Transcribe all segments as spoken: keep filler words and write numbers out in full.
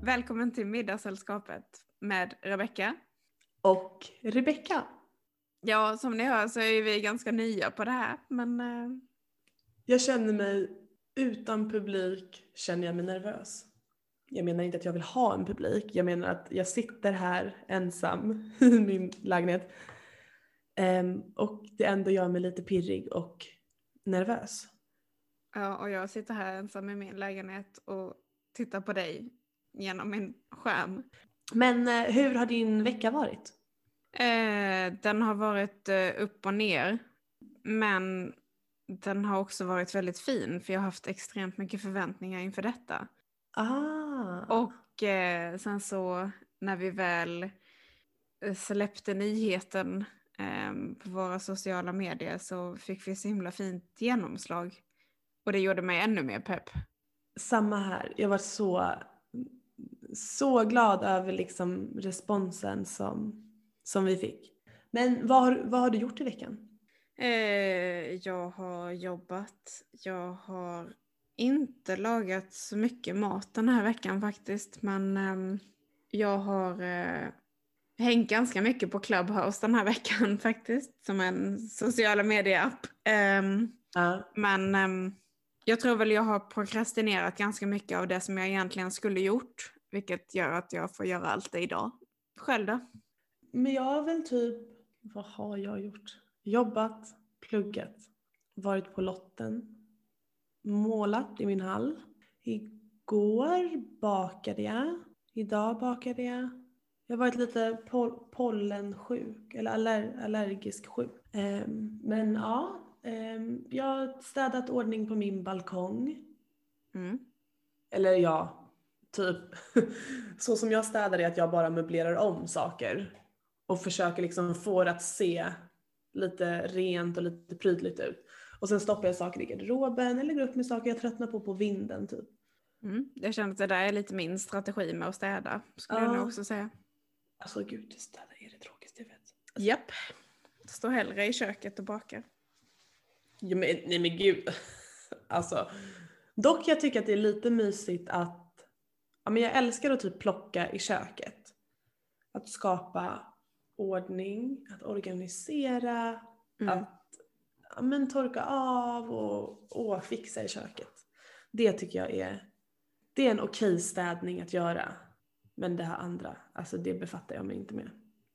Välkommen till Middagssällskapet med Rebecca. Och Rebecca. Ja, som ni hör så är vi ganska nya på det här, men... Uh... Jag känner mig utan publik, känner jag mig nervös. Jag menar inte att jag vill ha en publik. Jag menar att jag sitter här ensam i min lägenhet. Um, och det ändå gör mig lite pirrig och nervös. Ja, och jag sitter här ensam i min lägenhet och tittar på dig genom min skärm. Men uh, hur har din vecka varit? Eh, den har varit uh, upp och ner. Men den har också varit väldigt fin, för jag har haft extremt mycket förväntningar inför detta. Ah. Och eh, sen så när vi väl släppte nyheten eh, på våra sociala medier så fick vi så himla fint genomslag. Och det gjorde mig ännu mer pepp. Samma här. Jag var så, så glad över liksom responsen som, som vi fick. Men vad har, vad har du gjort i veckan? Eh, jag har jobbat. Jag har inte lagat så mycket mat den här veckan faktiskt. Men eh, jag har eh, hängt ganska mycket på Clubhouse den här veckan faktiskt. Som en sociala medie-app. Eh, uh. Men eh, jag tror väl jag har prokrastinerat ganska mycket av det som jag egentligen skulle gjort. Vilket gör att jag får göra allt det idag. Själv då? Men jag har väl typ, vad har jag gjort? Jobbat, pluggat, varit på lotten, målat i min hall. Igår bakade jag, idag bakade jag. Jag har varit lite pol- pollensjuk eller aller- allergisk sjuk. Um, men ja, um, jag har städat ordning på min balkong. Mm. Eller ja, typ så som jag städar är att jag bara möblerar om saker. Och försöker liksom få det att se lite rent och lite prydligt ut. Och sen stoppar jag saker i garderoben eller går upp med saker jag tröttnar på på vinden typ. Mm. Jag känner att det där är lite min strategi med att städa. Skulle ja. jag nog också säga. Alltså gud, städa är det tråkigaste jag vet. Alltså. Japp. Stå hellre i köket och baka. Ja, men, nej men gud. Alltså. Dock jag tycker att det är lite mysigt att. Ja, men jag älskar att typ plocka i köket. Att skapa ordning, att organisera, Mm. att ja, men torka av och, och fixa i köket. Det tycker jag är, det är en okej städning att göra. Men det här andra, alltså det befattar jag mig inte med.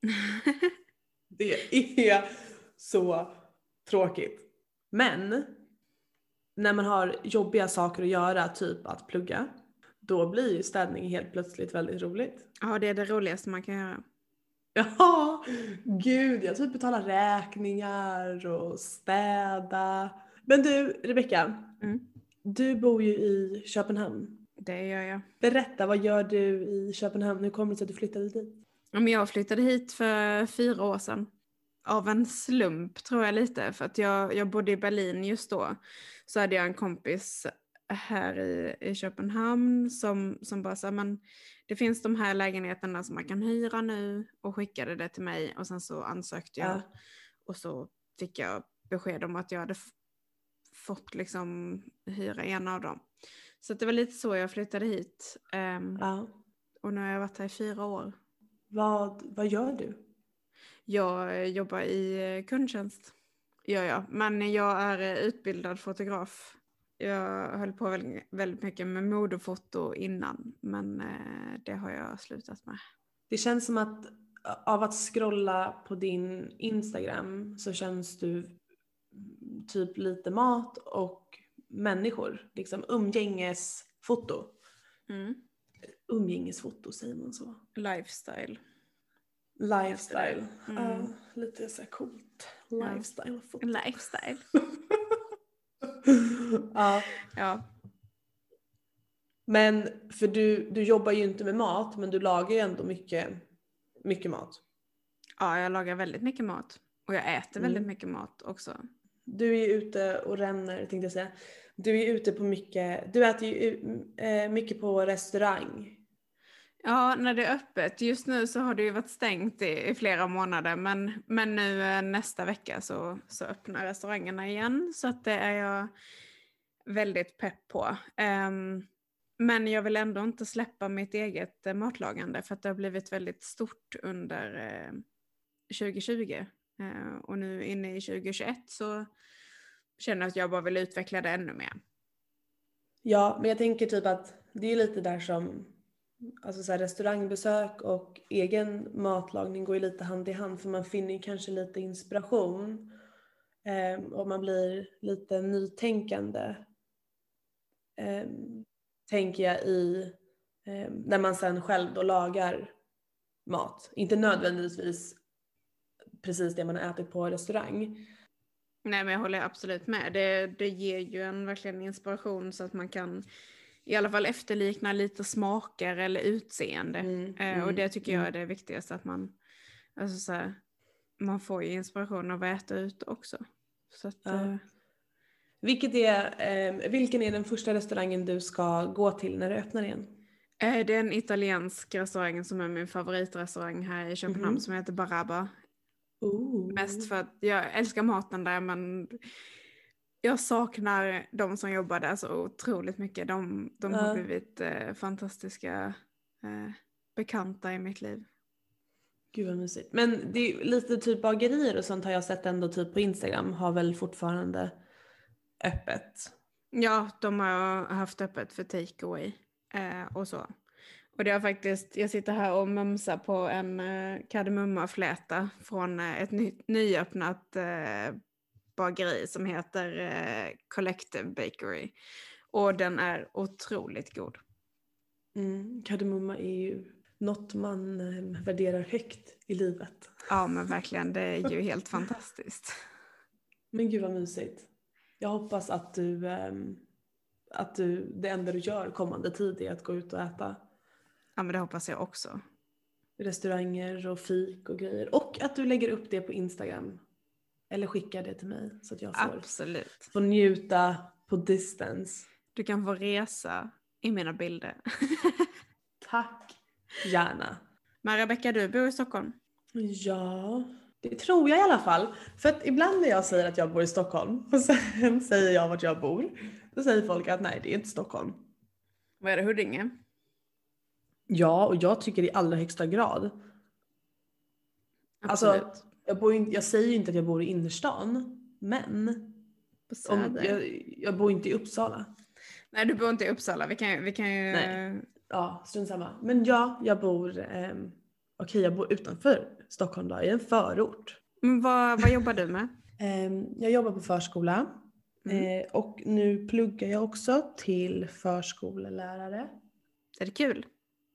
Det är så tråkigt. Men när man har jobbiga saker att göra, typ att plugga, då blir ju städning helt plötsligt väldigt roligt. Ja, det är det roligaste man kan göra. Ja, gud, jag typ betalar räkningar och städa. Men du, Rebecca, Mm. du bor ju i Köpenhamn. Det gör jag. Berätta, vad gör du i Köpenhamn? Hur kommer det sig att du flyttade dit? Jag flyttade hit för fyra år sedan. Av en slump tror jag lite. För att jag, jag bodde i Berlin just då. Så hade jag en kompis här i, i Köpenhamn som, som bara sa, men det finns de här lägenheterna som man kan hyra nu, och skickade det till mig, och sen så ansökte jag, Ja. och så fick jag besked om att jag hade f- fått liksom hyra en av dem. Så det var lite så jag flyttade hit. Um, Ja. och nu har jag varit här i fyra år. Vad, vad gör du? Jag jobbar i kundtjänst. Gör jag. Men jag är utbildad fotograf. Jag höll på väldigt, väldigt mycket med modefoto innan. Men eh, det har jag slutat med. Det känns som att av att scrolla på din Instagram så känns du typ lite mat och människor. Liksom umgängesfoto. Mm. Umgängesfoto, säger man så? Lifestyle. Lifestyle. Mm. Ja, lite så här coolt. Lifestyle-foto. Lifestyle. Ja. Ja. Men för du, du jobbar ju inte med mat, men du lagar ju ändå mycket, mycket mat. Ja, jag lagar väldigt mycket mat. Och jag äter Mm. väldigt mycket mat också. Du är ju ute och ränner, tänkte jag säga. Du är ute på mycket, du äter ju äh, mycket på restaurang. Ja, när det är öppet. Just nu så har det ju varit stängt i, i flera månader. Men, men nu eh, nästa vecka så, så öppnar restaurangerna igen. Så att det är jag väldigt pepp på. Um, Men jag vill ändå inte släppa mitt eget eh, matlagande för att det har blivit väldigt stort under eh, tjugo tjugo. Eh, och nu inne i tjugo tjugoett så känner jag att jag bara vill utveckla det ännu mer. Ja, men jag tänker typ att det är lite där som alltså så här, restaurangbesök och egen matlagning går ju lite hand i hand, för man finner ju kanske lite inspiration eh, och man blir lite nytänkande eh, tänker jag i eh, när man sen själv då lagar mat. Inte nödvändigtvis precis det man har ätit på restaurang. Nej, men jag håller absolut med. Det, det ger ju en verkligen inspiration så att man kan i alla fall efterlikna lite smaker eller utseende. Mm, eh, mm, och det tycker jag mm. är det viktigaste, att man, alltså så här, man får ju inspiration av att äta ut också. Så att, Ja. eh, Vilket är, eh, vilken är den första restaurangen du ska gå till när du öppnar igen? eh, det är en italiensk restaurang som är min favoritrestaurang här i Köpenhamn Mhm. som heter Barabba. Ooh. Mest för att jag älskar maten där, men jag saknar de som jobbar där så otroligt mycket. De, de har Ja. blivit eh, fantastiska eh, bekanta i mitt liv. Gud vad mysigt. Men det är lite typ bagerier och sånt har jag sett ändå typ på Instagram har väl fortfarande öppet. Ja, de har haft öppet för takeaway eh, och så. Och det har faktiskt, jag sitter här och mumsar på en eh, kardemummafläta från eh, ett ny, nyöppnat eh, bageri som heter eh, Collective Bakery. Och den är otroligt god. Mm. Kardemumma är ju något man eh, värderar högt i livet. Ja, men verkligen, det är ju helt fantastiskt. Men gud vad mysigt. Jag hoppas att du, ehm, att du, det enda du gör kommande tid är att gå ut och äta Ja, men det hoppas jag också. restauranger och fik och grejer. Och att du lägger upp det på Instagram. Eller skickar det till mig så att jag får, Absolut. får njuta på distance. Du kan få resa i mina bilder. Tack, gärna. Men Rebecca, du bor i Stockholm? Ja, det tror jag i alla fall. För att ibland när jag säger att jag bor i Stockholm och sen säger jag vart jag bor, då säger folk att nej, det är inte Stockholm. Vad är det, Huddinge? Ja, och jag tycker i allra högsta grad. Absolut. Alltså, jag, bor in, jag säger ju inte att jag bor i innerstan, men På om, Söder. jag, jag bor inte i Uppsala. Nej, du bor inte i Uppsala. Vi kan, vi kan ju... Nej. Ja, strunt samma. Men ja, jag bor, eh, okej jag bor utanför Stockholm då, i en förort. Men vad, vad jobbar du med? Eh, jag jobbar på förskola. Mm. Eh, och nu pluggar jag också till förskolelärare. Är det kul?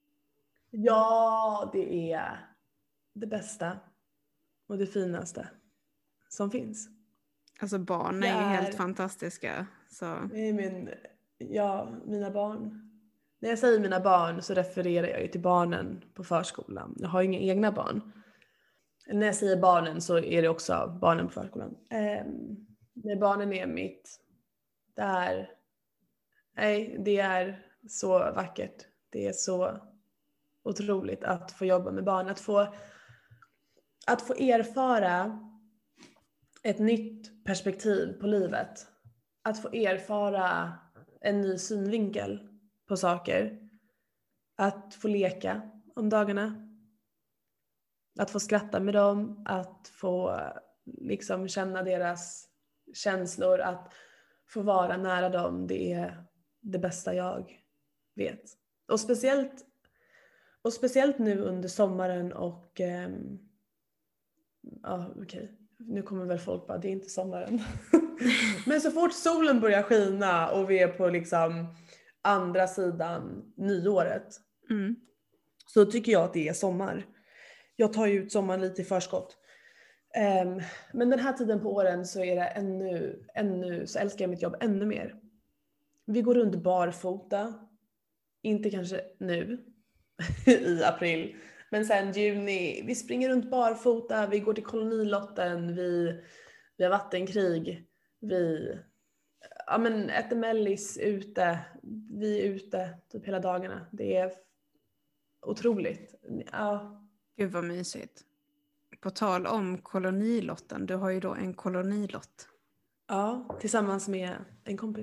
Ja, det är det bästa och det finaste som finns. Alltså barn är Det ju är- helt fantastiska. Så. Det är min, ja, mina barn. När jag säger mina barn så refererar jag ju till barnen på förskolan. Jag har ju inga egna barn. När jag säger barnen så är det också barnen på förskolan. Eh, när barnen är mitt, det är, nej, det är så vackert. Det är så otroligt att få jobba med barn. Att få, att få erfara ett nytt perspektiv på livet. Att få erfara en ny synvinkel på saker. Att få leka om dagarna. Att få skratta med dem. Att få liksom känna deras känslor. Att få vara nära dem. Det är det bästa jag vet. Och speciellt, och speciellt nu under sommaren och... Ehm, ja, okej. Okay. Nu kommer väl folk bara, det är inte sommaren. Men så fort solen börjar skina och vi är på liksom andra sidan nyåret. Mm. Så tycker jag att det är sommar. Jag tar ju ut sommaren lite i förskott. Um, men den här tiden på åren så är det ännu, ännu, så älskar jag mitt jobb ännu mer. Vi går runt barfota. Inte kanske nu i april. Men sen juni, vi springer runt barfota, vi går till kolonilotten, vi, vi har vattenkrig, vi ja, men äter mellis ute, vi är ute typ hela dagarna. Det är otroligt. Ja. Gud vad mysigt. På tal om kolonilotten, du har ju då en kolonilott. Ja, tillsammans med en kompis.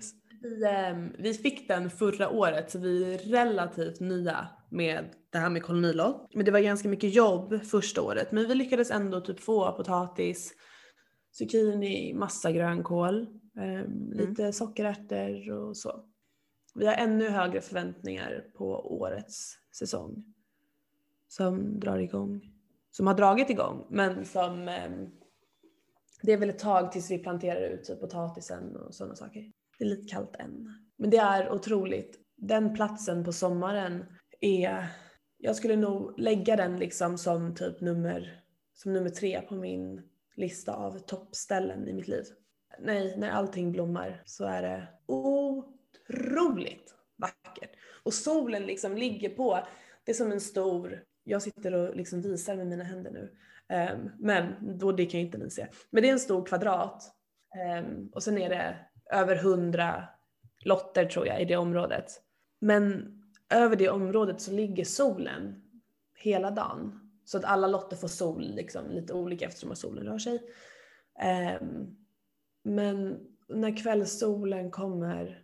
Vi, eh, vi fick den förra året så vi är relativt nya med det här med kolonilott. Men det var ganska mycket jobb första året. Men vi lyckades ändå typ få potatis, zucchini, massa grönkål, eh, lite mm. sockerärtor och så. Vi har ännu högre förväntningar på årets säsong som drar igång. Som har dragit igång, men som eh, det är väl ett tag tills vi planterar ut typ potatisen och sådana saker. Det är lite kallt än. Men det är otroligt. Den platsen på sommaren är, jag skulle nog lägga den liksom som typ nummer, som nummer tre på min lista av toppställen i mitt liv. Nej, när allting blommar så är det otroligt vackert. Och solen liksom ligger på, det är som en stor, jag sitter och liksom visar med mina händer nu. Um, men då det kan ju inte ni se. Men det är en stor kvadrat. Um, och sen är det över hundra lotter tror jag i det området. Men över det området så ligger solen hela dagen. Så att alla lotter får sol liksom, lite olika eftersom solen rör sig. Um, men när kvällssolen kommer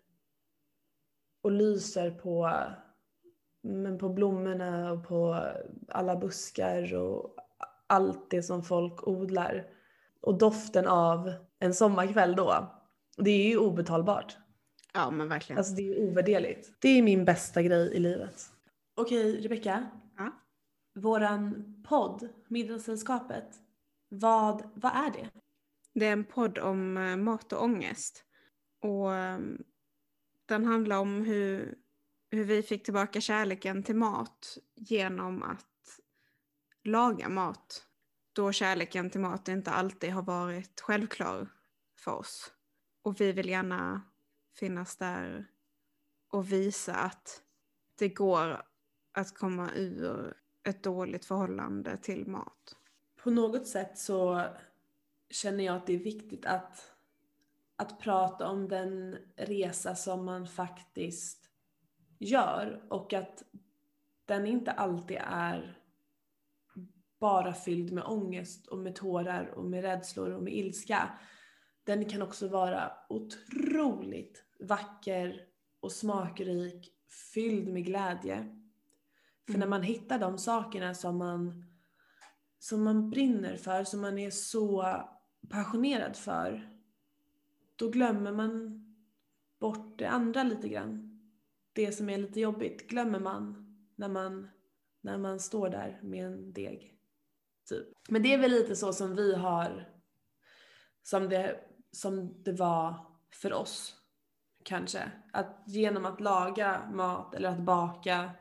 och lyser på, men på blommorna och på alla buskar och allt det som folk odlar. Och doften av en sommarkväll då. Det är ju obetalbart. Ja, men verkligen. Alltså det är ovärderligt. Det är min bästa grej i livet. Okej, Rebecka. Ja? Våran podd, Middagssällskapet. Vad, vad är det? Det är en podd om uh, mat och ångest. Och um, den handlar om hur, hur vi fick tillbaka kärleken till mat genom att laga mat. Då kärleken till mat inte alltid har varit självklar för oss. Och vi vill gärna finnas där och visa att det går att komma ur ett dåligt förhållande till mat. På något sätt så känner jag att det är viktigt att, att prata om den resa som man faktiskt gör. Och att den inte alltid är bara fylld med ångest och med tårar och med rädslor och med ilska. Den kan också vara otroligt vacker och smakrik, fylld med glädje. För mm. när man hittar de sakerna som man, som man brinner för, som man är så passionerad för, då glömmer man bort det andra lite grann. Det som är lite jobbigt glömmer man när man, när man står där med en deg. Typ. Men det är väl lite så som vi har, som det, som det var för oss kanske. Att genom att laga mat eller att baka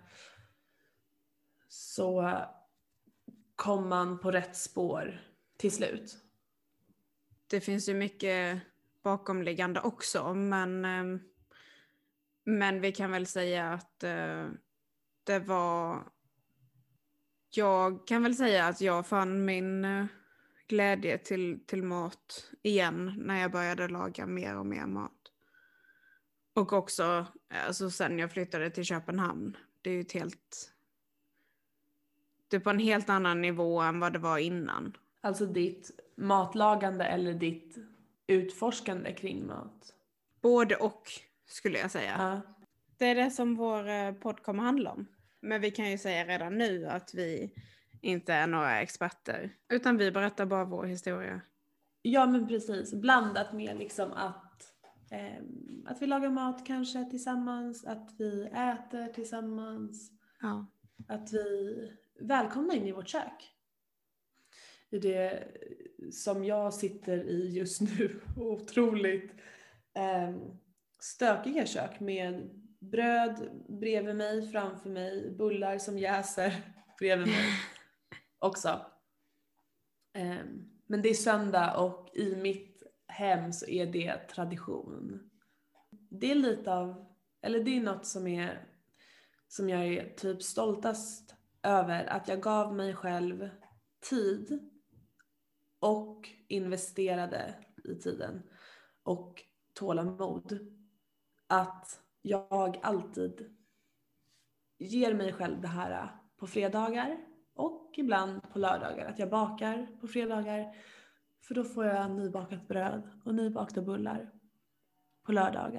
så kom man på rätt spår till slut. Det finns ju mycket bakomliggande också, men, men vi kan väl säga att det var... Jag kan väl säga att jag fann min glädje till, till mat igen när jag började laga mer och mer mat. Och också alltså sen jag flyttade till Köpenhamn. Det är ju ett helt... Det är på en helt annan nivå än vad det var innan. Alltså ditt matlagande eller ditt utforskande kring mat? Både och skulle jag säga. Ja. Det är det som vår podd kommer handla om. Men vi kan ju säga redan nu att vi inte är några experter. Utan vi berättar bara vår historia. Ja, men precis. Blandat med liksom att, eh, att vi lagar mat kanske tillsammans. Att vi äter tillsammans. Ja. Att vi välkomnar in i vårt kök. I det som jag sitter i just nu. Otroligt eh, stökiga kök med bröd bredvid mig, framför mig, bullar som jäser bredvid mig också. Um, men det är söndag och i mitt hem så är det tradition. Det är lite av, eller det är något som är som jag är typ stoltast över, att jag gav mig själv tid och investerade i tiden och tålamod. Att jag alltid ger mig själv det här på fredagar och ibland på lördagar. Att jag bakar på fredagar, för då får jag nybakat bröd och nybakta bullar på lördagar.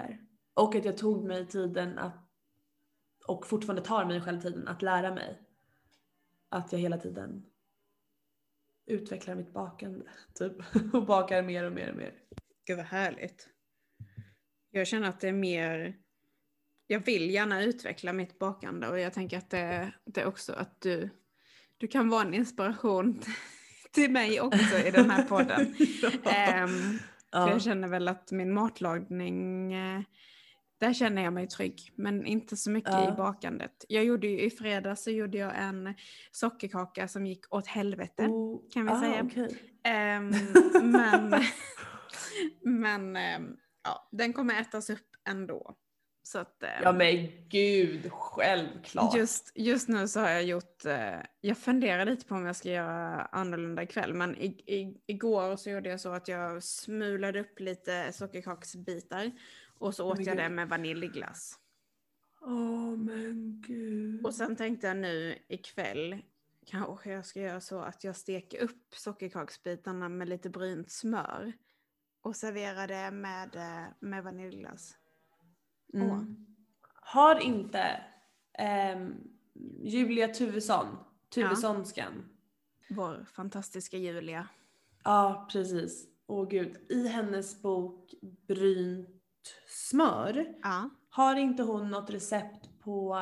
Och att jag tog mig tiden att, och fortfarande tar mig själv tiden att lära mig. Att jag hela tiden utvecklar mitt bakande typ. Och bakar mer och mer och mer. Gud vad härligt. Jag känner att det är mer... Jag vill gärna utveckla mitt bakande och jag tänker att det, det är också att du, du kan vara en inspiration till mig också i den här podden. Ja. um, Ja. För jag känner väl att min matlagning, uh, där känner jag mig trygg, men inte så mycket Ja. i bakandet. Jag gjorde ju i fredags så gjorde jag en sockerkaka som gick åt helvete, Oh, kan vi ah, säga. okay. Um, men men um, ja, den kommer ätas upp ändå. Så att, um, Ja men gud, självklart. Just, just nu så har jag gjort, uh, jag funderar lite på om jag ska göra annorlunda ikväll, men i, i, igår så gjorde jag så att jag smulade upp lite sockerkaksbitar och så åt men jag gud. det med vaniljglass. Åh oh, men gud. Och sen tänkte jag nu ikväll kanske jag ska göra så att jag steker upp sockerkaksbitarna med lite brynt smör och servera det med, med vaniljglass. Mm. Åh. Har inte um, Julia Tuvesson, Tuvessonskan. Vår fantastiska Julia. Ja, precis. Åh gud. I hennes bok Brynt smör. Ja. Har inte hon något recept på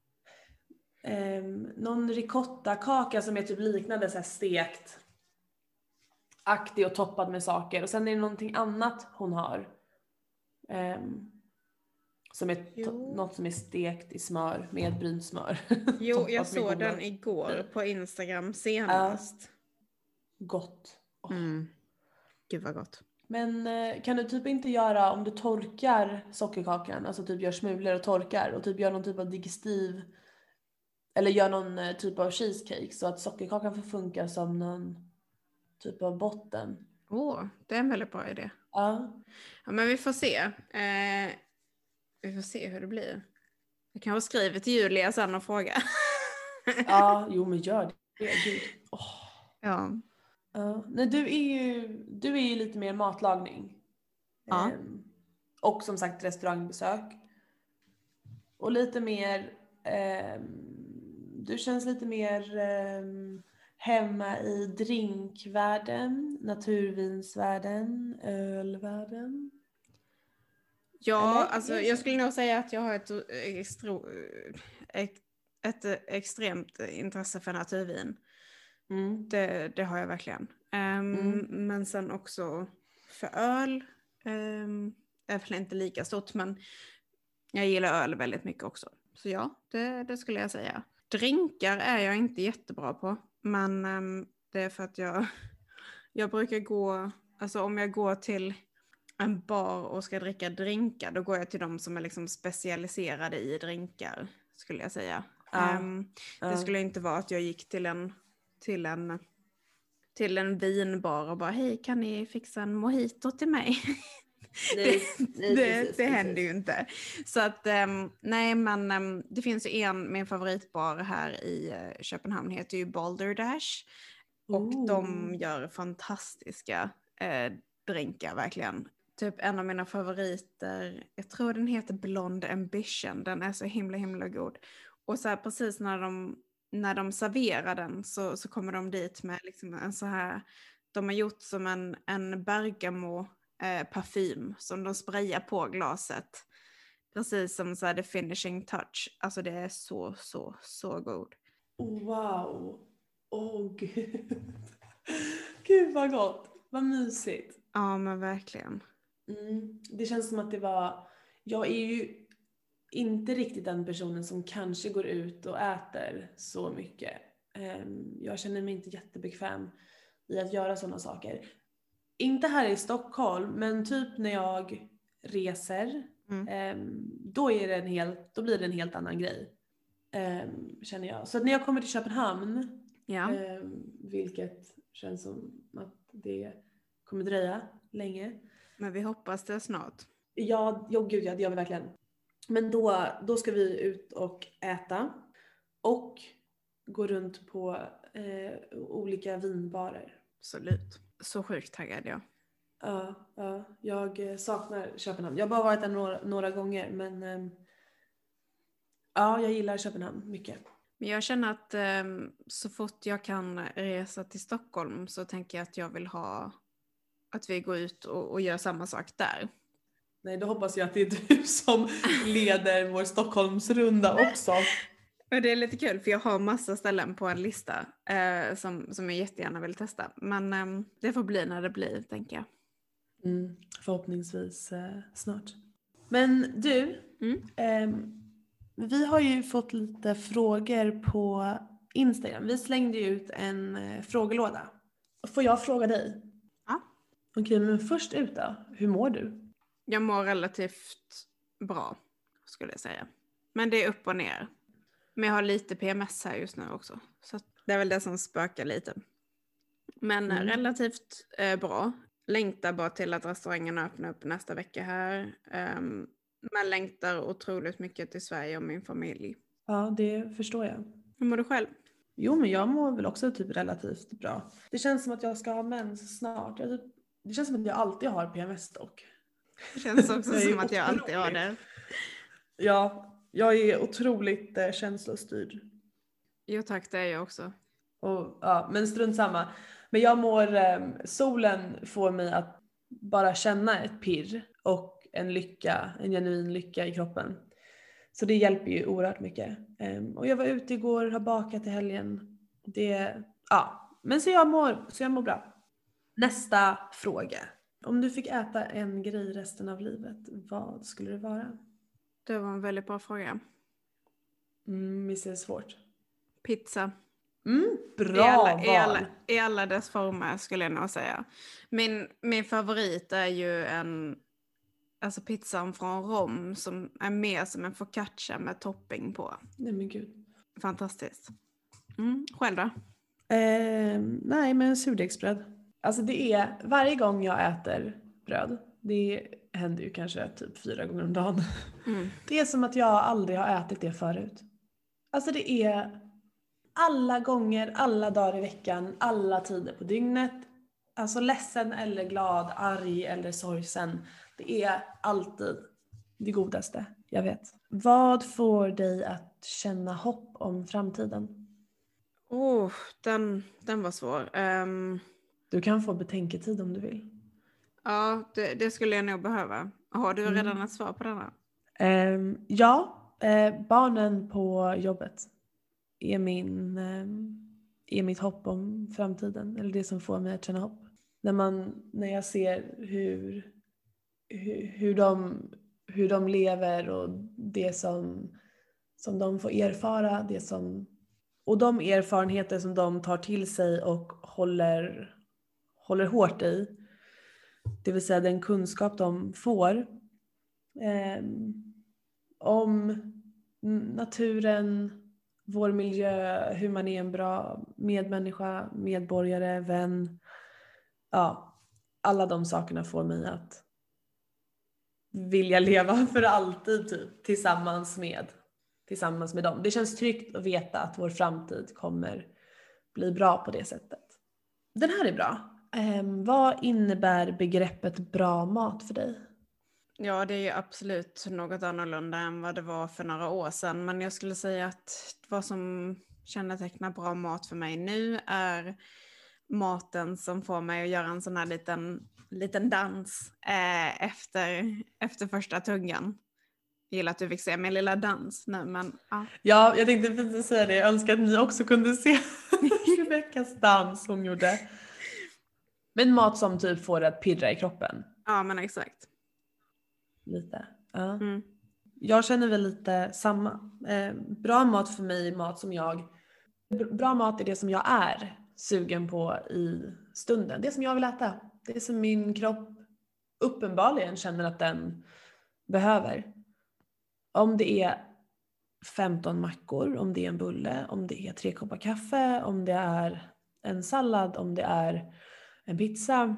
um, någon ricotta-kaka som är typ liknande så här stekt aktig och toppad med saker. Och sen är det någonting annat hon har. Um, som är to- något som är stekt i smör med brynt smör. Jo, jag såg den igår på Instagram senast. Uh, gott. Oh. Mm. Gud vad gott. Men eh, kan du typ inte göra, om du torkar sockerkakan, alltså typ gör smulor och torkar och typ gör någon typ av digestiv eller gör någon eh, typ av cheesecake så att sockerkakan får funka som någon typ av botten. Åh, oh, det är en väldigt bra idé. Ja. Ja, men vi får se. Eh, vi får se hur det blir. Jag kan ha skrivit till Julia sen och fråga. Ja, jo men gör det. Gud. Oh. Ja. Ja. Nej, du är ju du är ju lite mer matlagning. Ja. Ehm, och som sagt restaurangbesök. Och lite mer ehm, du känns lite mer ehm, hemma i drinkvärlden, naturvinsvärlden, ölvärlden. Ja, Eller? alltså jag skulle nog säga att jag har ett, extro, ett, ett extremt intresse för naturvin. Mm. Det, det har jag verkligen. Um, mm. Men sen också för öl um, är väl inte lika stort, men jag gillar öl väldigt mycket också. Så ja, det, det skulle jag säga. Drinkar är jag inte jättebra på, men um, det är för att jag, jag brukar gå, alltså om jag går till en bar och ska dricka drinkar, då går jag till de som är liksom specialiserade i drinkar, skulle jag säga. Ja. Um, Ja. Det skulle inte vara att jag gick till en till en till en vinbar och bara hej, kan ni fixa en mojito till mig? Nej, det nej, det, precis, det precis. händer ju inte. Så att um, nej, men um, det finns ju en, min favoritbar här i uh, Köpenhamn heter ju Balderdash. Och Ooh. de gör fantastiska uh, drinkar verkligen. Typ en av mina favoriter, jag tror den heter Blonde Ambition, den är så himla himla god. Och så här precis när de när de serverar den så, så kommer de dit med liksom en så här, de har gjort som en, en bergamo eh, parfym som de sprayar på glaset. Precis som så här the finishing touch. Alltså det är så, så, så god. Wow. Åh oh, gud. Gud vad gott. Vad mysigt. Ja men verkligen. Mm. Det känns som att det var, jag är ju inte riktigt den personen som kanske går ut och äter så mycket. Jag känner mig inte jättebekväm i att göra sådana saker. Inte här i Stockholm, men typ när jag reser, mm. då, är det en helt, då blir det en helt annan grej. Känner jag. Så när jag kommer till Köpenhamn, ja. vilket känns som att det kommer dröja länge. Men vi hoppas det snart. Ja, jo, gud, ja, det gör vi verkligen. Men då, då ska vi ut och äta och gå runt på eh, olika vinbarer. Absolut. Så sjukt taggad jag. Ja, ja, jag saknar Köpenhamn. Jag har bara varit där några, några gånger, men eh, ja, jag gillar Köpenhamn mycket. Men jag känner att eh, så fort jag kan resa till Stockholm så tänker jag att jag vill ha att vi går ut och, och gör samma sak där. Nej, då hoppas jag att det är du som leder vår Stockholmsrunda också. Och det är lite kul för jag har massa ställen på en lista eh, som, som jag jättegärna vill testa. Men eh, det får bli när det blir, tänker jag. Mm, förhoppningsvis eh, snart. Men du, Mm. eh, vi har ju fått lite frågor på Instagram. Vi slängde ju ut en eh, frågelåda. Får jag fråga dig? Ja. Okej, men först ut då. Hur mår du? Jag mår relativt bra, skulle jag säga. Men det är upp och ner. Men jag har lite P M S här just nu också. Så det är väl det som spökar lite. Men Mm. relativt eh, bra. Längtar bara till att restaurangerna öppnar upp nästa vecka här. Um, men längtar otroligt mycket till Sverige och min familj. Ja, det förstår jag. Hur mår du själv? Jo, men jag mår väl också typ relativt bra. Det känns som att jag ska ha mens snart. Jag, typ, det känns som att jag alltid har P M S dock. Det känns också Jag är som att jag alltid har otroligt- det. Ja, jag är otroligt eh, känslostyrd. Jo tack, det är jag också. Och, ja, men strunt samma. Men jag mår, eh, solen får mig att bara känna ett pirr och en lycka, en genuin lycka i kroppen. Så det hjälper ju oerhört mycket. Um, och jag var ute igår, har bakat i helgen. Det, ja, men så jag mår, så jag mår bra. Nästa fråga. Om du fick äta en grej resten av livet, vad skulle det vara? Det var en väldigt bra fråga. Mm, visst är det svårt. Pizza. Mm, bra I alla, val. i, alla, I alla dess former skulle jag nog säga. Min, min favorit är ju en alltså pizzan från Rom som är mer som en focaccia med topping på. Nej men gud. Fantastiskt. Mm, själv då? Eh, nej men surdegsbröd. Alltså det är, varje gång jag äter bröd, det händer ju kanske typ fyra gånger om dagen. Mm. Det är som att jag aldrig har ätit det förut. Alltså det är alla gånger, alla dagar i veckan, alla tider på dygnet. Alltså ledsen eller glad, arg eller sorgsen. Det är alltid det godaste jag vet. Vad får dig att känna hopp om framtiden? Oh, den, den var svår. Um, Du kan få betänketid om du vill. ja, det, det skulle jag nog behöva. Har du Mm. redan ett svar på denna? Um, ja, uh, barnen på jobbet är, min, um, är mitt hopp om framtiden. Eller det som får mig att känna hopp. När, man, när jag ser hur, hur, hur, de, hur de lever och det som, som de får erfara. Det som, och de erfarenheter som de tar till sig och håller, håller hårt i. Det vill säga den kunskap de får eh, om naturen, vår miljö, hur man är en bra medmänniska, medborgare, vän. Ja, alla de sakerna får mig att vilja leva för alltid typ, tillsammans med, tillsammans med dem. Det känns tryggt att veta att vår framtid kommer bli bra på det sättet. Den här är bra. Eh, vad innebär begreppet bra mat för dig? Ja, det är ju absolut något annorlunda än vad det var för några år sedan. Men jag skulle säga att vad som kännetecknar bra mat för mig nu är maten som får mig att göra en sån här liten, liten dans eh, efter, efter första tuggan. Jag gillar att du fick se min lilla dans nu, men ja. Ja, jag tänkte precis säga det. Jag önskar att ni också kunde se Rebeckas dans hon gjorde. Men mat som typ får det att pirra i kroppen. Ja, men exakt. Lite. Ja. Mm. Jag känner väl lite samma. Eh, bra mat för mig är mat som jag... Bra mat är det som jag är sugen på i stunden. Det som jag vill äta. Det som min kropp uppenbarligen känner att den behöver. Om det är femton mackor, om det är en bulle, om det är tre koppar kaffe, om det är en sallad, om det är en pizza.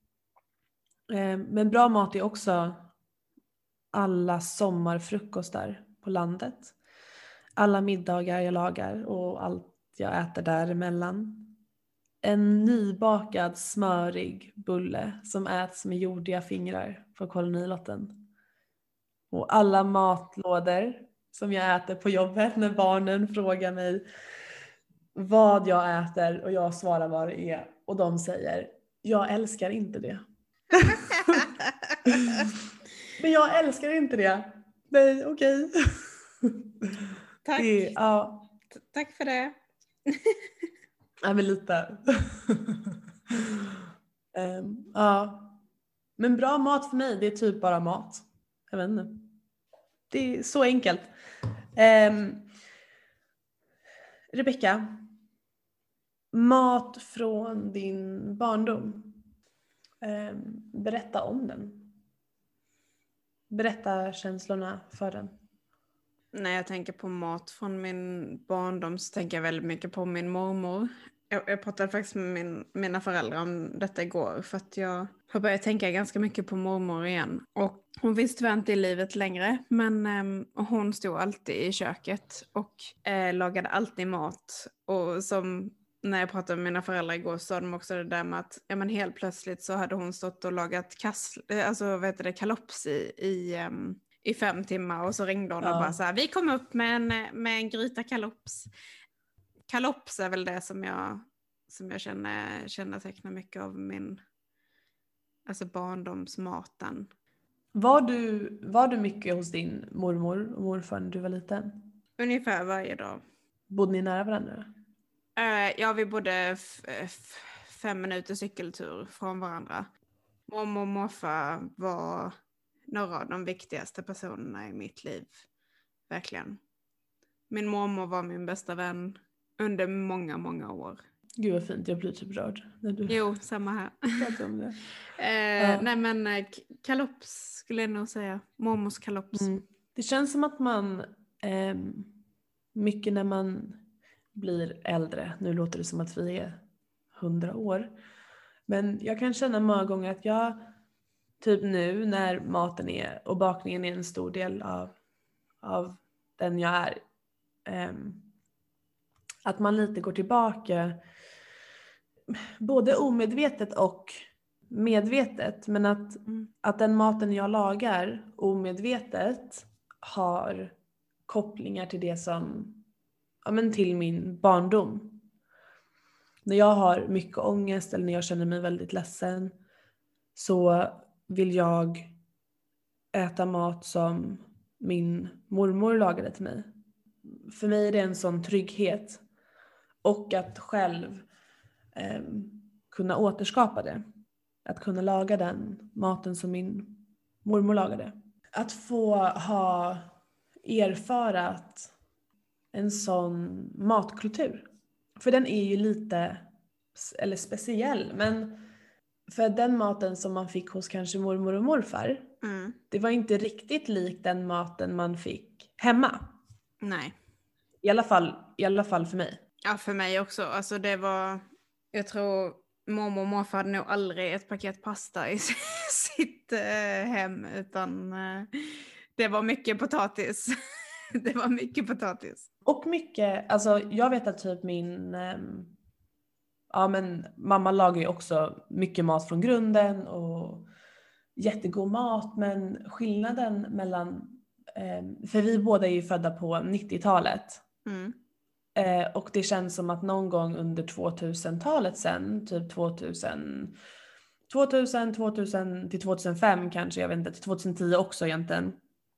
Eh, men bra mat är också alla sommarfrukostar på landet. Alla middagar jag lagar och allt jag äter däremellan. en nybakad smörig bulle som äts med jordiga fingrar på kolonilotten. Och alla matlådor som jag äter på jobbet när barnen frågar mig vad jag äter och jag svarar vad det är och de säger jag älskar inte det. Men jag älskar inte det. Nej, okej. Tack. Det, ja. T- Tack för det. Ja, men lite. um, ja. Men bra mat för mig, det är typ bara mat. Jag vet inte. Det är så enkelt. Um, Rebecka. Mat från din barndom. Um, berätta om den. Berätta känslorna för den. När jag tänker på mat från min barndom så tänker jag väldigt mycket på min mormor. Jag, jag pratade faktiskt med min, mina föräldrar om detta igår för att jag har börjat tänka ganska mycket på mormor igen. Och hon finns tyvärr inte i livet längre, men eh, hon stod alltid i köket och eh, lagade alltid mat. Och som när jag pratade med mina föräldrar igår så sa de också det där med att ja, men helt plötsligt så hade hon stått och lagat kass, alltså, vad heter det, kalops i... i um, i fem timmar och så ringde hon Ja. och bara så här, vi kom upp med en, med en gryta kalops. Kalops är väl det som jag, som jag känner, känner tecknar mycket av min alltså barndomsmaten. Var du, var du mycket hos din mormor och morfar när du var liten? Ungefär varje dag. Bodde ni nära varandra? Uh, ja, vi bodde f- f- fem minuter cykeltur från varandra. Mormor och morfar var några av de viktigaste personerna i mitt liv. Verkligen. Min mormor var min bästa vän under många, många år. Gud vad fint, jag blir typ rörd när du Jo, samma här. pratar om det. eh, Ja. Nej men eh, kalops skulle jag nog säga. Mormors kalops. Mm. Det känns som att man eh, mycket när man blir äldre, nu låter det som att vi är hundra år, men jag kan känna många gånger att jag typ nu när maten är och bakningen är en stor del av, av den jag är, eh, att man lite går tillbaka både omedvetet och medvetet, men att, Mm. att den maten jag lagar omedvetet har kopplingar till det som, ja men till min barndom. När jag har mycket ångest eller när jag känner mig väldigt ledsen så vill jag äta mat som min mormor lagade till mig. För mig är det en sån trygghet och att själv eh, kunna återskapa det. Att kunna laga den maten som min mormor lagade. Att få ha erfarat en sån matkultur. För den är ju lite, eller speciell, men för den maten som man fick hos kanske mormor och morfar, Mm. det var inte riktigt lik den maten man fick hemma. Nej. I alla fall, i alla fall för mig. Ja, för mig också. Alltså det var, jag tror mormor och morfar hade nog aldrig ett paket pasta i sitt eh, hem, utan eh, det var mycket potatis. Det var mycket potatis. Och mycket, alltså jag vet att typ min, ähm, ja men mamma lagar ju också mycket mat från grunden och jättegod mat, men skillnaden mellan, ähm, för vi båda är ju födda på nittiotalet. Mm. Eh, och det känns som att någon gång under tvåtusentalet sen, typ tvåtusen, tvåtusen, tvåtusen till tvåtusenfem kanske, jag vet inte, till tjugohundratio också egentligen.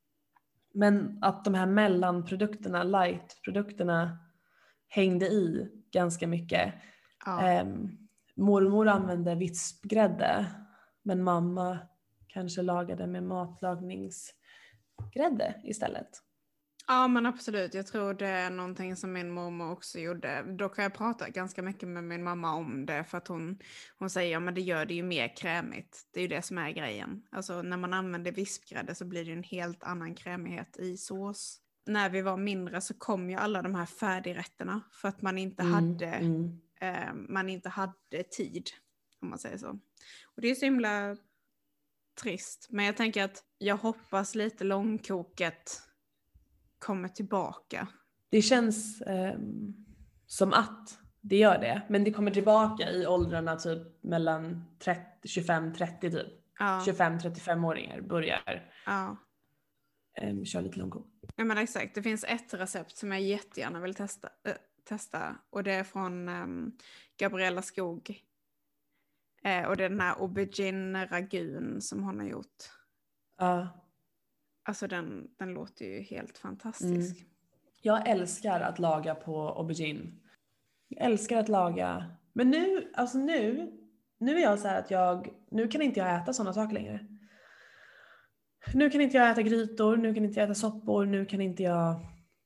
Men att de här mellanprodukterna, light-produkterna hängde i ganska mycket. Ja. Eh, mormor använde vispgrädde, men mamma kanske lagade med matlagningsgrädde istället. Ja, men absolut. Jag tror det är någonting som min mormor också gjorde. Då kan jag prata ganska mycket med min mamma om det, för att hon, hon säger ja, men det gör det ju mer krämigt. Det är ju det som är grejen. Alltså när man använder vispgrädde så blir det en helt annan krämighet i sås. När vi var mindre så kom ju alla de här färdigrätterna för att man inte, Mm, hade, mm. eh, man inte hade tid, om man säger så. Och det är så himla trist. Men jag tänker att jag hoppas lite långkoket kommer tillbaka. Det känns eh, som att Det gör det. Men det kommer tillbaka i åldrarna typ mellan trettio, tjugofem trettio typ. Ja. tjugofem trettiofem-åringar börjar Ja. um, köra lite långkok. Ja men exakt, det finns ett recept som jag jättegärna vill testa. Äh, testa och det är från um, Gabriella Skog. Eh, och det är den här aubergine ragun som hon har gjort. Ja. Uh. Alltså den, den låter ju helt fantastisk. Mm. Jag älskar att laga på aubergine. Jag älskar att laga. Men nu, alltså nu, nu är jag så här att jag, nu kan inte jag äta sådana saker längre. Nu kan inte jag äta grytor, nu kan inte jag äta soppor, nu kan inte jag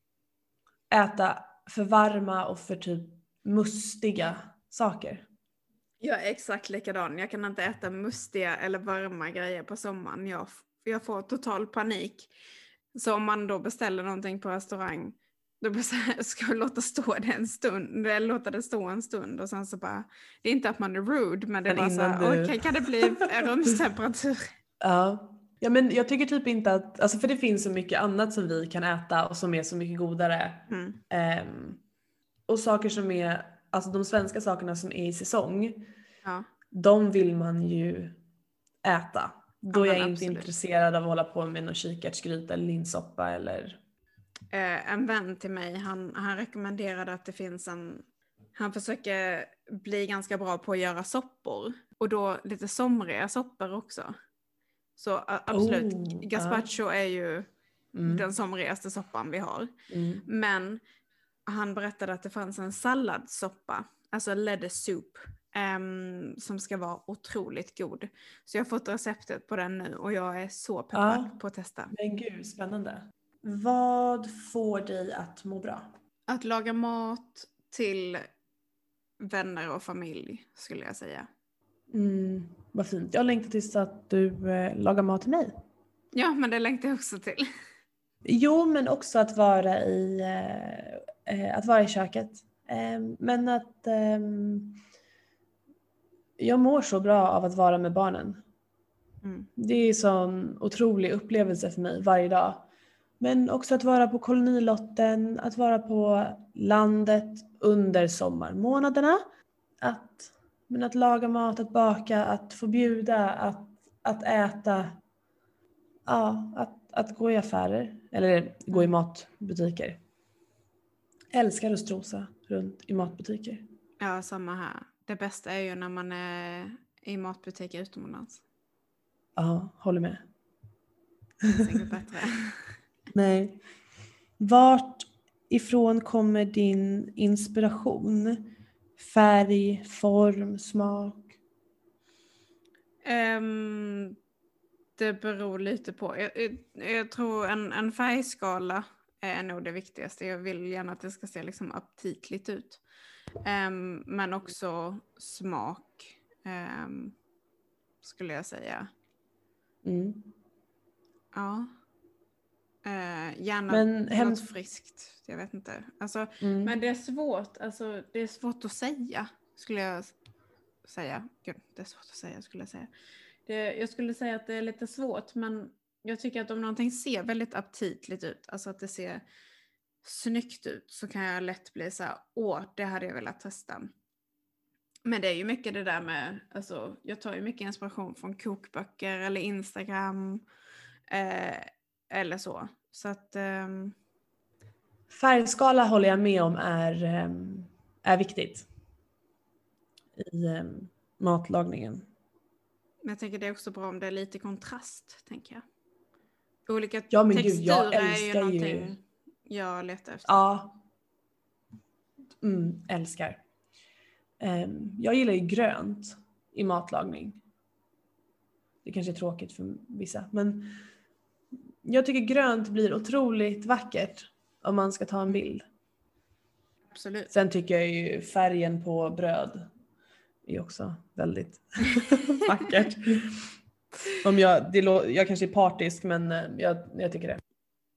äta för varma och för typ mustiga saker. Jag är exakt likadan. Jag kan inte äta mustiga eller varma grejer på sommaren. Jag, jag får total panik. Så om man då beställer någonting på restaurang, då ska jag låta stå det en stund. Eller låta det stå en stund och sen så bara, det är inte att man är rude, men det är men bara så här, du... okej okay, kan det bli rumstemperatur? Ja. Ja men jag tycker typ inte att, alltså för det finns så mycket annat som vi kan äta och som är så mycket godare. Mm. Um, och saker som är, alltså de svenska sakerna som är i säsong, ja. de vill man ju äta. Då ja, är jag absolut. inte intresserad av att hålla på med någon kikärtsgryta eller linssoppa eller... Eh, en vän till mig, han, han rekommenderade att det finns en, han försöker bli ganska bra på att göra soppor. Och då lite somriga soppor också. Så uh, absolut, oh, gazpacho uh. är ju mm. den somrigaste soppan vi har. Mm. Men han berättade att det fanns en salladssoppa, alltså lettuce soup, um, som ska vara otroligt god. Så jag har fått receptet på den nu och jag är så peppad uh. på att testa. Men gud, spännande. Vad får dig att må bra? Att laga mat till vänner och familj skulle jag säga. Mm, vad fint. Jag längtar tills att du eh, lagar mat till mig. Ja, men det längtar jag också till. Jo, men också att vara i, eh, att vara i köket. Eh, men att eh, jag mår så bra av att vara med barnen. Mm. Det är en sån otrolig upplevelse för mig varje dag. Men också att vara på kolonilotten, att vara på landet under sommarmånaderna. Att, men att laga mat, att baka, att få bjuda, att, att äta. Ja, att, att gå i affärer eller gå i matbutiker. Älskar att strosa runt i matbutiker. Ja, samma här. Det bästa är ju när man är i matbutiker utomlands. Ja, håller med. Det är inget bättre. Nej. Vart ifrån kommer din inspiration? Färg, form, smak? Um, det beror lite på. Jag, jag, jag tror en, en färgskala är nog det viktigaste. Jag vill gärna att det ska se liksom aptitligt ut. Um, men också smak um, skulle jag säga. Mm. Ja. Uh, gärna men hem... något friskt. Jag vet inte. Alltså, mm. Men det är svårt. Alltså, det är svårt att säga. Skulle jag säga. Gud, det är svårt att säga skulle jag säga. Det, jag skulle säga att det är lite svårt. Men jag tycker att om någonting ser väldigt aptitligt ut. Alltså att det ser snyggt ut. Så kan jag lätt bli så här. Åh, det hade jag velat testa. Men det är ju mycket det där med. Alltså, jag tar ju mycket inspiration från kokböcker. Eller Instagram. Eh, eller så. Så att... Um... Färgskala håller jag med om är, är viktigt. I um, matlagningen. Men jag tänker det är också bra om det är lite kontrast, tänker jag. Olika ja, men texturer gud, jag är älskar ju någonting ju... jag letar efter. Ja. Mm, älskar. Um, jag gillar ju grönt i matlagning. Det kanske är tråkigt för vissa. Men jag tycker grönt blir otroligt vackert om man ska ta en bild. Absolut. Sen tycker jag ju färgen på bröd är också väldigt vackert. Om jag, det, jag kanske är partisk, men jag, jag tycker det.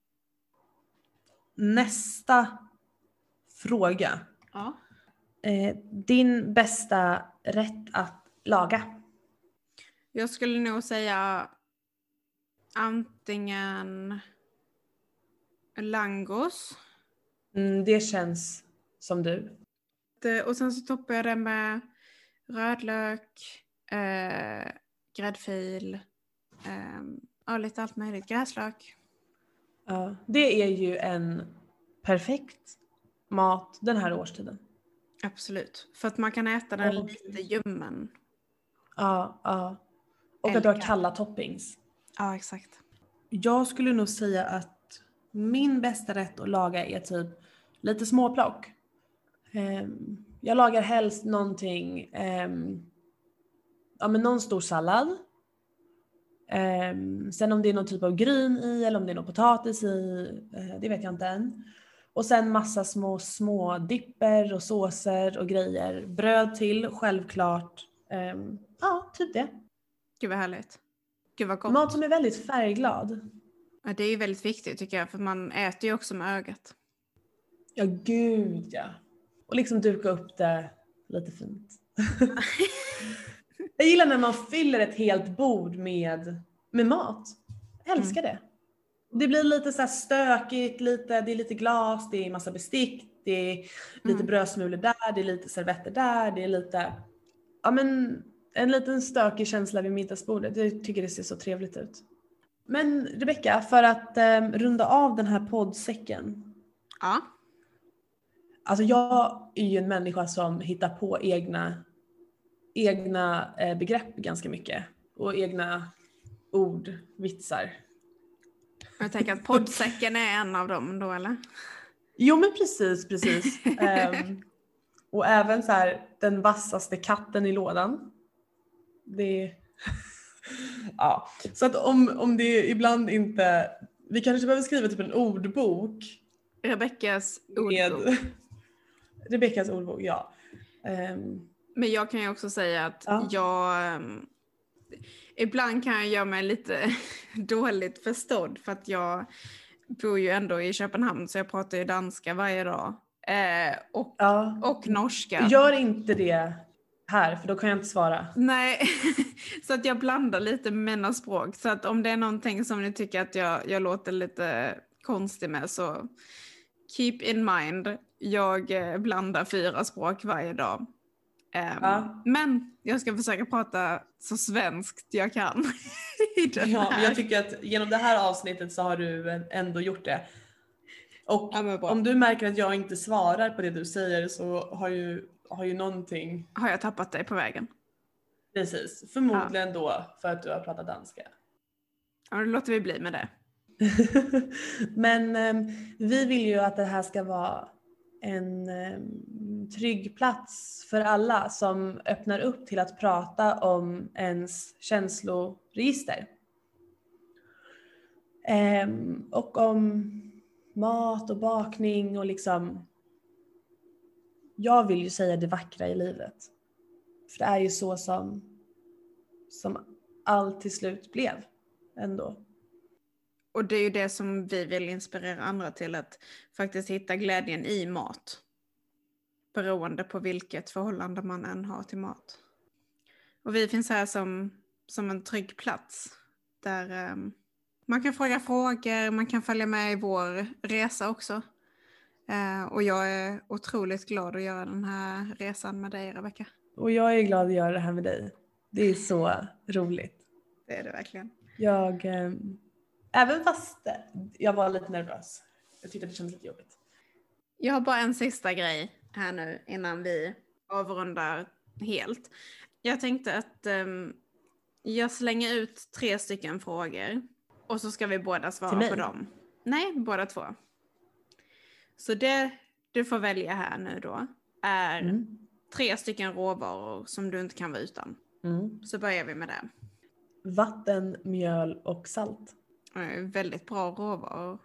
Nästa fråga. Ja. Eh, din bästa rätt att laga? Jag skulle nog säga antingen langos. Mm, det känns som du. att, eh, och sen så toppar jag det med rödlök, eh, gräddfil, eh, ja, lite allt möjligt. Gräslök. Ja, det är ju en perfekt mat den här årstiden. Absolut. För att man kan äta den Och- lite ljummen. Ja, ja. Och Eller att du har kall. kalla toppings. Ja, exakt. Jag skulle nog säga att min bästa rätt att laga är typ lite småplock. Ehm, jag lagar helst någonting, ehm, ja men någon stor sallad. Ehm, sen om det är någon typ av gryn i eller om det är någon potatis i, eh, det vet jag inte än. Och sen massa små små dipper och såser och grejer. Bröd till, självklart. Ehm, ja, typ det. Gud vad härligt. Gud vad gott. Mat som är väldigt färgglad. Ja, det är ju väldigt viktigt tycker jag. För man äter ju också med ögat. Ja, gud ja. Och liksom duka upp det lite fint. Jag gillar när man fyller ett helt bord med, med mat. Jag älskar det. Det blir lite så här stökigt, lite, det är lite glas, det är massa bestick, det är lite Mm. brödsmulor där, det är lite servetter där, det är lite, ja men en liten stökig känsla vid middagsbordet. Jag tycker det ser så trevligt ut. Men Rebecka, för att eh, runda av den här poddsäcken. Ja. Alltså jag är ju en människa som hittar på egna, egna eh, begrepp ganska mycket. Och egna ord, vitsar. Jag tänker att poddsäcken är en av dem då, eller? Jo men precis, precis. um, och även så här den vassaste katten i lådan. Det ja, så att om, om det ibland inte, vi kanske behöver skriva typ en ordbok. Rebeckas ordbok. Med Rebeckas ordbok, ja. Um, Men jag kan ju också säga att ja. jag... Um, ibland kan jag göra mig lite dåligt förstådd. För att jag bor ju ändå i Köpenhamn. Så jag pratar ju danska varje dag. Eh, och, ja. och norska. Gör inte det här, för då kan jag inte svara. Nej, så att jag blandar lite med mina språk. Så att om det är någonting som ni tycker att jag, jag låter lite konstig med, så keep in mind. Jag eh, blandar fyra språk varje dag. Um, Ja. Men jag ska försöka prata så svenskt jag kan. i den Ja, men här. jag tycker att genom det här avsnittet så har du ändå gjort det. Och Ja, men bra. om du märker att jag inte svarar på det du säger så har ju, har ju någonting. Har jag tappat dig på vägen? Precis, förmodligen då för att du har pratat danska. Ja, då låter vi bli med det. Men eh, vi vill ju att det här ska vara en eh, trygg plats för alla som öppnar upp till att prata om ens känsloregister. Eh, och om mat och bakning och liksom, jag vill ju säga det vackra i livet. För det är ju så som, som allt till slut blev ändå. Och det är ju det som vi vill inspirera andra till, att faktiskt hitta glädjen i mat. Beroende på vilket förhållande man än har till mat. Och vi finns här som, som en trygg plats. Där um, man kan fråga frågor, man kan följa med i vår resa också. Uh, och jag är otroligt glad att göra den här resan med dig, Rebecka. Och jag är glad att göra det här med dig. Det är så roligt. Det är det verkligen. Jag, eh, även fast jag var lite nervös. Jag tyckte det kändes lite jobbigt. Jag har bara en sista grej här nu innan vi avrundar helt. Jag tänkte att um, jag slänger ut tre stycken frågor. Och så ska vi båda svara på dem. Nej, båda två. Så det du får välja här nu då är mm. tre stycken råvaror som du inte kan vara utan. Mm. Så börjar vi med det. Vatten, mjöl och salt. Väldigt bra råvaror.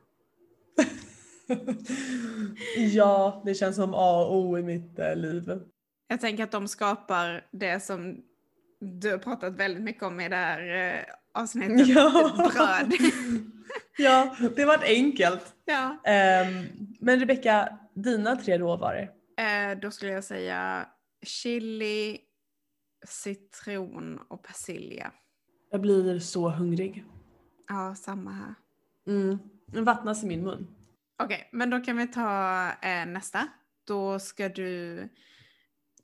Ja, det känns som A och O i mitt äh, liv. Jag tänker att de skapar det som du har pratat väldigt mycket om i det här äh, avsnittet. Ja. Bröd. Ja, det var enkelt. Ja. Um, men Rebecka, dina tre råvaror? Uh, då skulle jag säga chili, citron och persilja. Jag blir så hungrig. Ja, samma här. Mm, den vattnas i min mun. Okej, okay, men då kan vi ta eh, nästa. Då ska du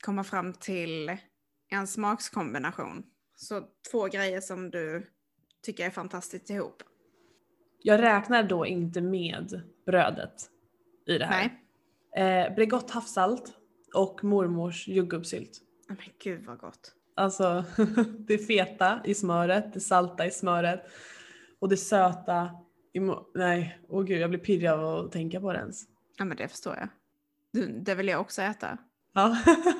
komma fram till en smakskombination. Så två grejer som du tycker är fantastiskt ihop. Jag räknar då inte med brödet i det här. Nej. Eh, Bregott havssalt och mormors jordgubbssylt. Oh, men gud vad gott. Alltså det feta i smöret, det salta i smöret och det söta i mo- nej, åh gud, jag blir pirrig av att tänka på det ens. Ja, men det förstår jag. Du, det vill jag också äta. Ja.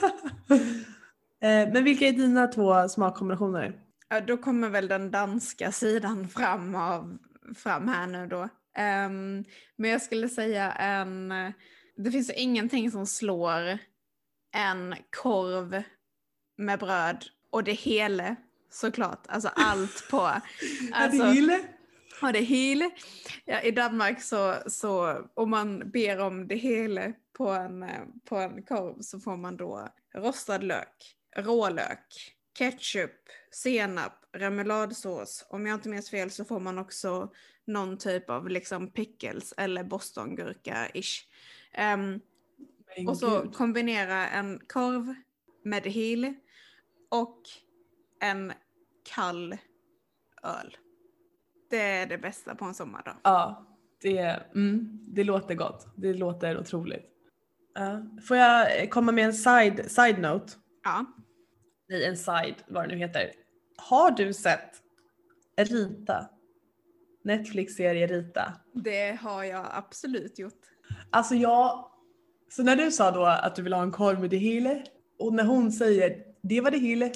eh, men vilka är dina två smakkombinationer? Ja, då kommer väl den danska sidan fram, av, fram här nu då. Um, men jag skulle säga en... Det finns ingenting som slår en korv med bröd och det hele, såklart. Alltså allt på... Alltså, är det hele? Ja, det hele. Ja, i Danmark så, så om man ber om det hele på en, på en korv så får man då rostad lök, rålök, ketchup, senap, remouladsås. Om jag inte minns fel så får man också någon typ av liksom pickles eller bostongurka-ish. Um, och så Gud. kombinera en korv med det hele och en kall öl. Det är det bästa på en sommardag. Ja, det, mm, det låter gott. Det låter otroligt. Uh, får jag komma med en side, side note? Ja. Nej, en side, vad det nu heter. Har du sett Rita? Netflix-serie Rita? Det har jag absolut gjort. Alltså jag... Så när du sa då att du vill ha en korv med det hele och när hon säger det var det hele.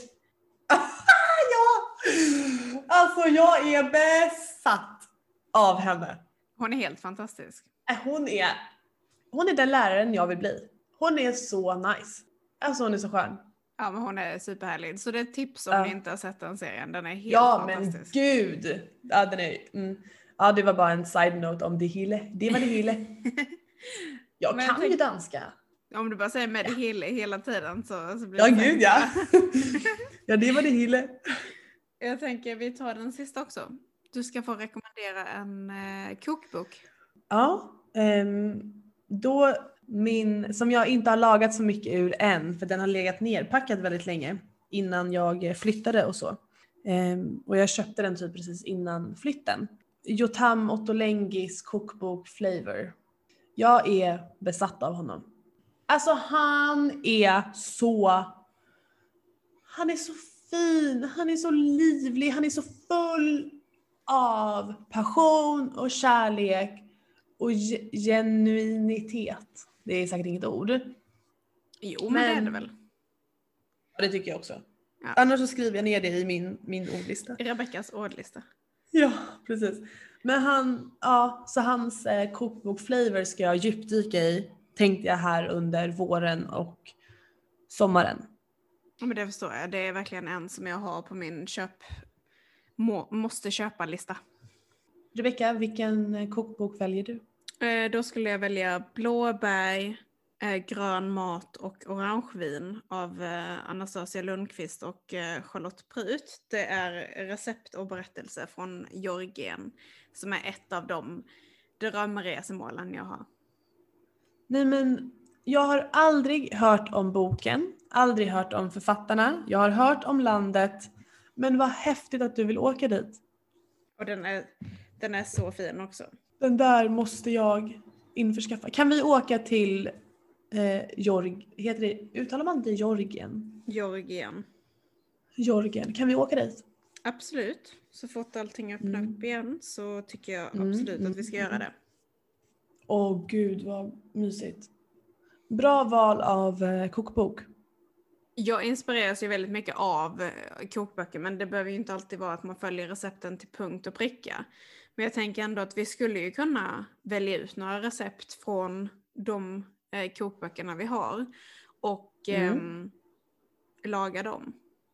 Ja! Alltså jag är besatt av henne. Hon är helt fantastisk. Hon är, hon är den läraren jag vill bli. Hon är så nice. Alltså hon är så skön. Ja, men hon är superhärlig. Så det är ett tips om Ja. ni inte har sett den serien. Den är helt Ja, fantastisk. men gud. Ja, den är, mm. ja, det var bara en side note om det hele. Det var det hele. Jag Men kan jag tänk- ju danska. Om du bara säger med det hele hela tiden så, så blir Ja, det gud säkert ja. bra. Ja, det var det hele. Jag tänker vi tar den sista också. Du ska få rekommendera en eh, kokbok. Ja, um, då min, som jag inte har lagat så mycket ur än, för den har legat nerpackad väldigt länge innan jag flyttade och så. Um, och jag köpte den typ precis innan flytten. Jotam Ottolengis kokbok Flavor. Jag är besatt av honom. Alltså han är så, han är så fin, han är så livlig, han är så full av passion och kärlek och ge- genuinitet. Det är säkert inget ord. Jo, men, men det är det väl. Ja, det tycker jag också. Ja. Annars så skriver jag ner det i min, min ordlista. Rebeckas ordlista. Ja, precis. Men han, ja, så hans eh, kokbok Flavor ska jag djupdyka i, tänkte jag här under våren och sommaren. Ja, men det förstår jag. Det är verkligen en som jag har på min köp, må, måste köpa-lista. Rebecka, vilken kokbok väljer du? Eh, då skulle jag välja blåbär, eh, grön mat och orangevin av eh, Anastasia Lundqvist och eh, Charlotte Prut. Det är recept och berättelse från Georgien som är ett av de drömresemålen jag har. Nej, men jag har aldrig hört om boken, aldrig hört om författarna. Jag har hört om landet, men vad häftigt att du vill åka dit. Och den är, den är så fin också. Den där måste jag införskaffa. Kan vi åka till eh, Georg, heter det, uttalar man det Georgien? Georgien. Georgien, kan vi åka dit? Absolut. Så fort allting öppnar Mm. upp igen så tycker jag Mm, absolut mm, att vi ska mm. göra det. Åh gud vad mysigt. Bra val av eh, kokbok. Jag inspireras ju väldigt mycket av eh, kokböcker, men det behöver ju inte alltid vara att man följer recepten till punkt och pricka. Men jag tänker ändå att vi skulle ju kunna välja ut några recept från de eh, kokböckerna vi har och Mm. ehm, laga dem.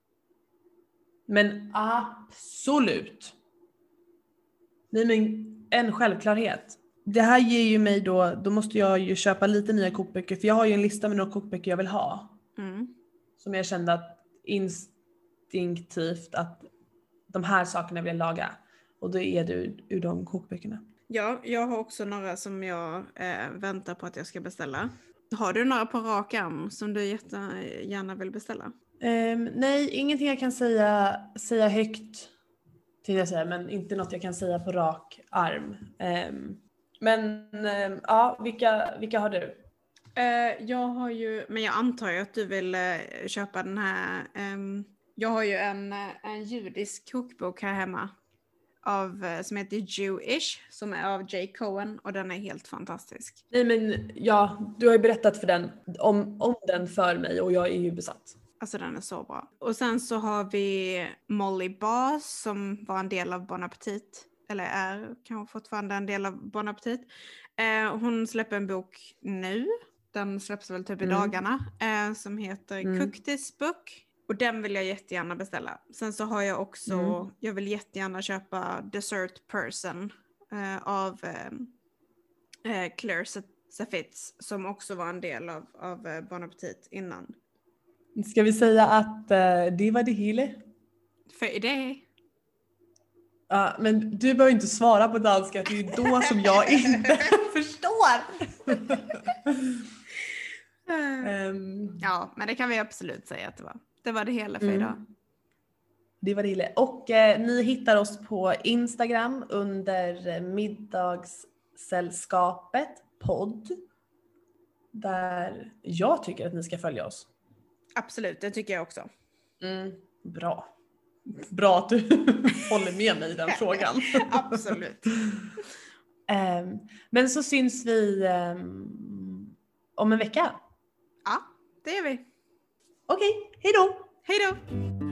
Men absolut. Nej, men en självklarhet. Det här ger ju mig då, då måste jag ju köpa lite nya kokböcker, för jag har ju en lista med några kokböcker jag vill ha. Mm. Som jag kände att instinktivt att de här sakerna vill jag laga. Och då är det ur, ur de kokböckerna. Ja, jag har också några som jag eh, väntar på att jag ska beställa. Har du några på rak arm som du jättegärna vill beställa? Um, nej, ingenting jag kan säga, säga högt till jag säga, men inte något jag kan säga på rak arm. Um, men um, ja, vilka, vilka har du? Uh, jag har ju, men jag antar ju att du vill uh, köpa den här. Um, jag har ju en, uh, en judisk kokbok här hemma av, uh, som heter Jewish, som är av Jay Cohen, och den är helt fantastisk. Nej men ja, du har ju berättat för den, om, om den för mig och jag är ju besatt. Alltså den är så bra. Och sen så har vi Molly Bas som var en del av Bon Appetit. Eller är kanske fortfarande en del av Bon Appetit. Eh, hon släpper en bok nu. Den släpps väl typ i Mm. dagarna. Eh, som heter Mm. Cook This Book. Och den vill jag jättegärna beställa. Sen så har jag också, Mm. jag vill jättegärna köpa Dessert Person. Eh, av eh, eh, Claire Safitz. Som också var en del av, av eh, Bon Appetit innan. Ska vi säga att uh, det var det hela? För det. Ja, men du behöver inte svara på danska, det är då som jag inte förstår. um, ja, men det kan vi absolut säga att det var. Det var det hela för mm. idag. Det var det hela. Och eh, ni hittar oss på Instagram under Middagssällskapet podd. Där jag tycker att ni ska följa oss. Absolut, det tycker jag också. Mm, bra. Bra att du håller med mig i den frågan. Absolut. um, men så syns vi um, om en vecka. Ja, det gör vi. Okej, hej då! Hej då!